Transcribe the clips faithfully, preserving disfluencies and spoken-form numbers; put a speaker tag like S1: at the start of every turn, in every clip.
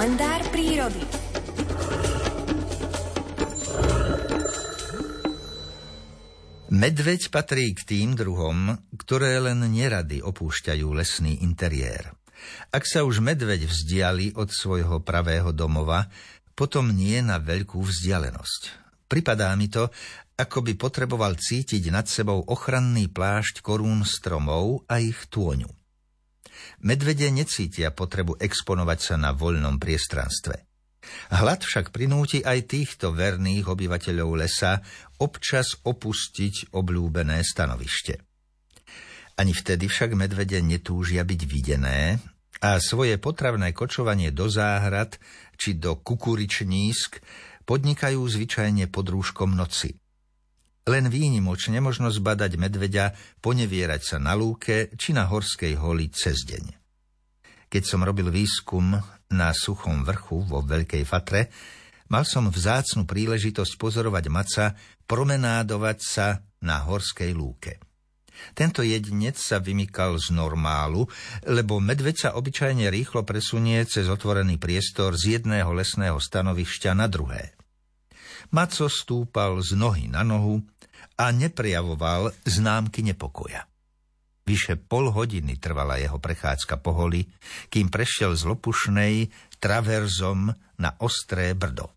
S1: Kalendár prírody.
S2: Medveď patrí k tým druhom, ktoré len nerady opúšťajú lesný interiér. Ak sa už medveď vzdiali od svojho pravého domova, potom nie na veľkú vzdialenosť. Pripadá mi to, ako by potreboval cítiť nad sebou ochranný plášť korún stromov a ich tôňu. Medvede necítia potrebu exponovať sa na voľnom priestranstve. Hlad však prinúti aj týchto verných obyvateľov lesa občas opustiť obľúbené stanovište. Ani vtedy však medvede netúžia byť videné a svoje potravné kočovanie do záhrad či do kukuričnísk podnikajú zvyčajne pod rúškom noci. Len výnimočne možno zbadať medveďa ponevierať sa na lúke či na horskej holi cez deň. Keď som robil výskum na Suchom vrchu vo Veľkej Fatre, mal som vzácnu príležitosť pozorovať maca promenádovať sa na horskej lúke. Tento jedinec sa vymykal z normálu, lebo medveď sa obyčajne rýchlo presunie cez otvorený priestor z jedného lesného stanovišťa na druhé. Maco stúpal z nohy na nohu a neprejavoval známky nepokoja. Vyše pol hodiny trvala jeho prechádzka po holi, kým prešiel z lopušnej traverzom na ostré brdo.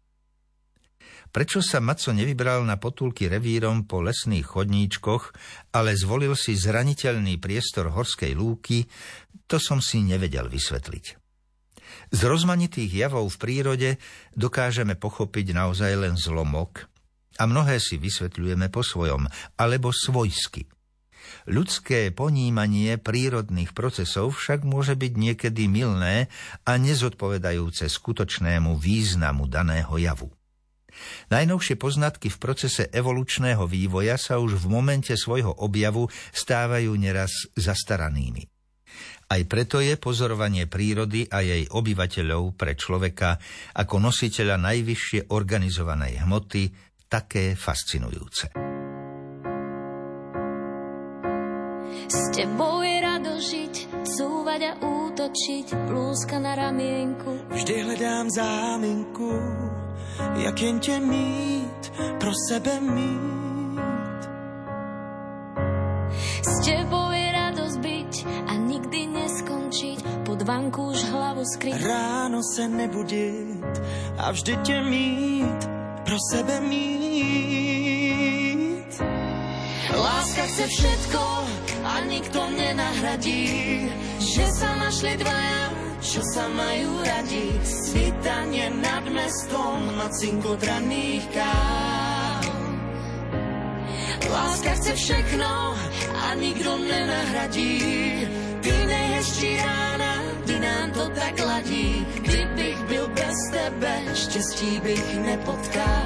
S2: Prečo sa Maco nevybral na potulky revírom po lesných chodníčkoch, ale zvolil si zraniteľný priestor horskej lúky, to som si nevedel vysvetliť. Z rozmanitých javov v prírode dokážeme pochopiť naozaj len zlomok a mnohé si vysvetľujeme po svojom alebo svojsky. Ľudské ponímanie prírodných procesov však môže byť niekedy mylné a nezodpovedajúce skutočnému významu daného javu. Najnovšie poznatky v procese evolučného vývoja sa už v momente svojho objavu stávajú neraz zastaranými. Aj preto je pozorovanie prírody a jej obyvateľov pre človeka ako nositeľa najvyššie organizovanej hmoty také fascinujúce.
S3: S tebou je rado žiť, cúvať a útočiť, blúzka na ramienku.
S4: Vždy hledám záminku, jak jen tě mít, pro sebe mít.
S3: S tebou je radosť byť a nikdy neskončiť, pod vanku už hlavu skryť.
S4: Ráno se nebudit a vždy tě mít, pro sebe mít.
S3: Láska chce všetko a nikto nenahradí, že sa našli dvaja, čo sa majú radi.
S4: Svítanie nad mestom a cinkot ranných káv.
S3: Láska chce všechno a nikto nenahradí, ty nejhezčí rána, kdy nám to tak ladí. Kdybych byl bez tebe, štěstí bych nepotkal.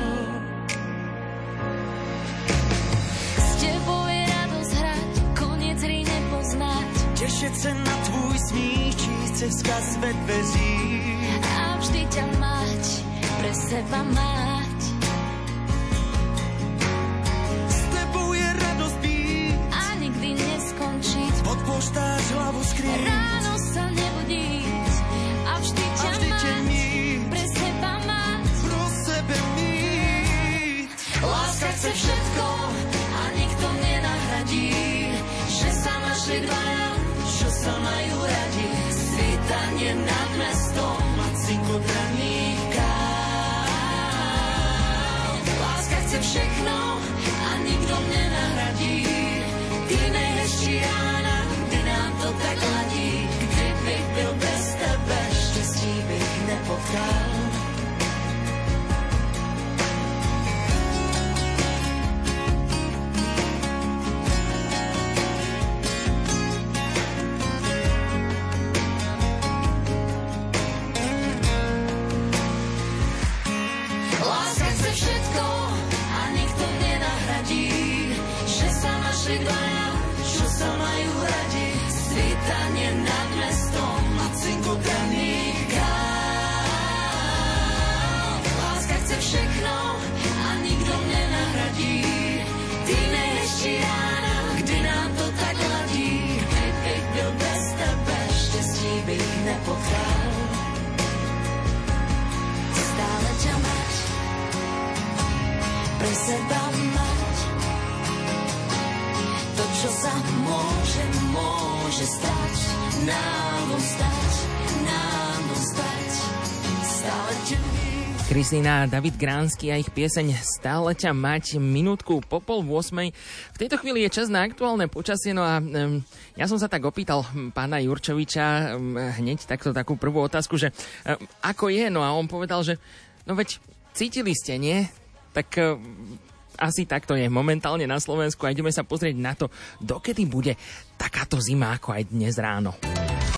S4: Těšit se na tvůj smích, číst se vzkaz ve dveřích
S3: a vždy ťa mať, pre seba mať.
S4: S tebou je radosť být
S3: a nikdy neskončiť,
S4: pod poštář hlavu skrýt.
S3: Ráno sa nebudíť a vždy ťa,
S4: a vždy
S3: mať,
S4: mít,
S3: pre seba mať.
S4: Pro sebe mít.
S3: Láska chce všetko a nikto nenahradí, že sa našli dvaja, čo sa majú radi. Svítanie nad mestom
S4: a cinkot ranných káv.
S3: Láska chce všechno a nikto nenahradí, ty nejhezčí rána, kdy nám to tak ladí. Kdybych byl bez tebe, štěstí bych nepotkal. Dvaja, čo sa majú nám ostať, nám ostať, stále ťa
S1: Kristýna, David Gránsky a ich pieseň Stále ťa mať, minútku po pol vôsmej. V tejto chvíli je čas na aktuálne počasie, no a um, ja som sa tak opýtal pána Jurčoviča um, hneď takto takú prvú otázku, že um, ako je, no a on povedal, že no veď cítili ste, nie? Tak um, asi takto je momentálne na Slovensku a ideme sa pozrieť na to, dokedy bude takáto zima ako aj dnes ráno.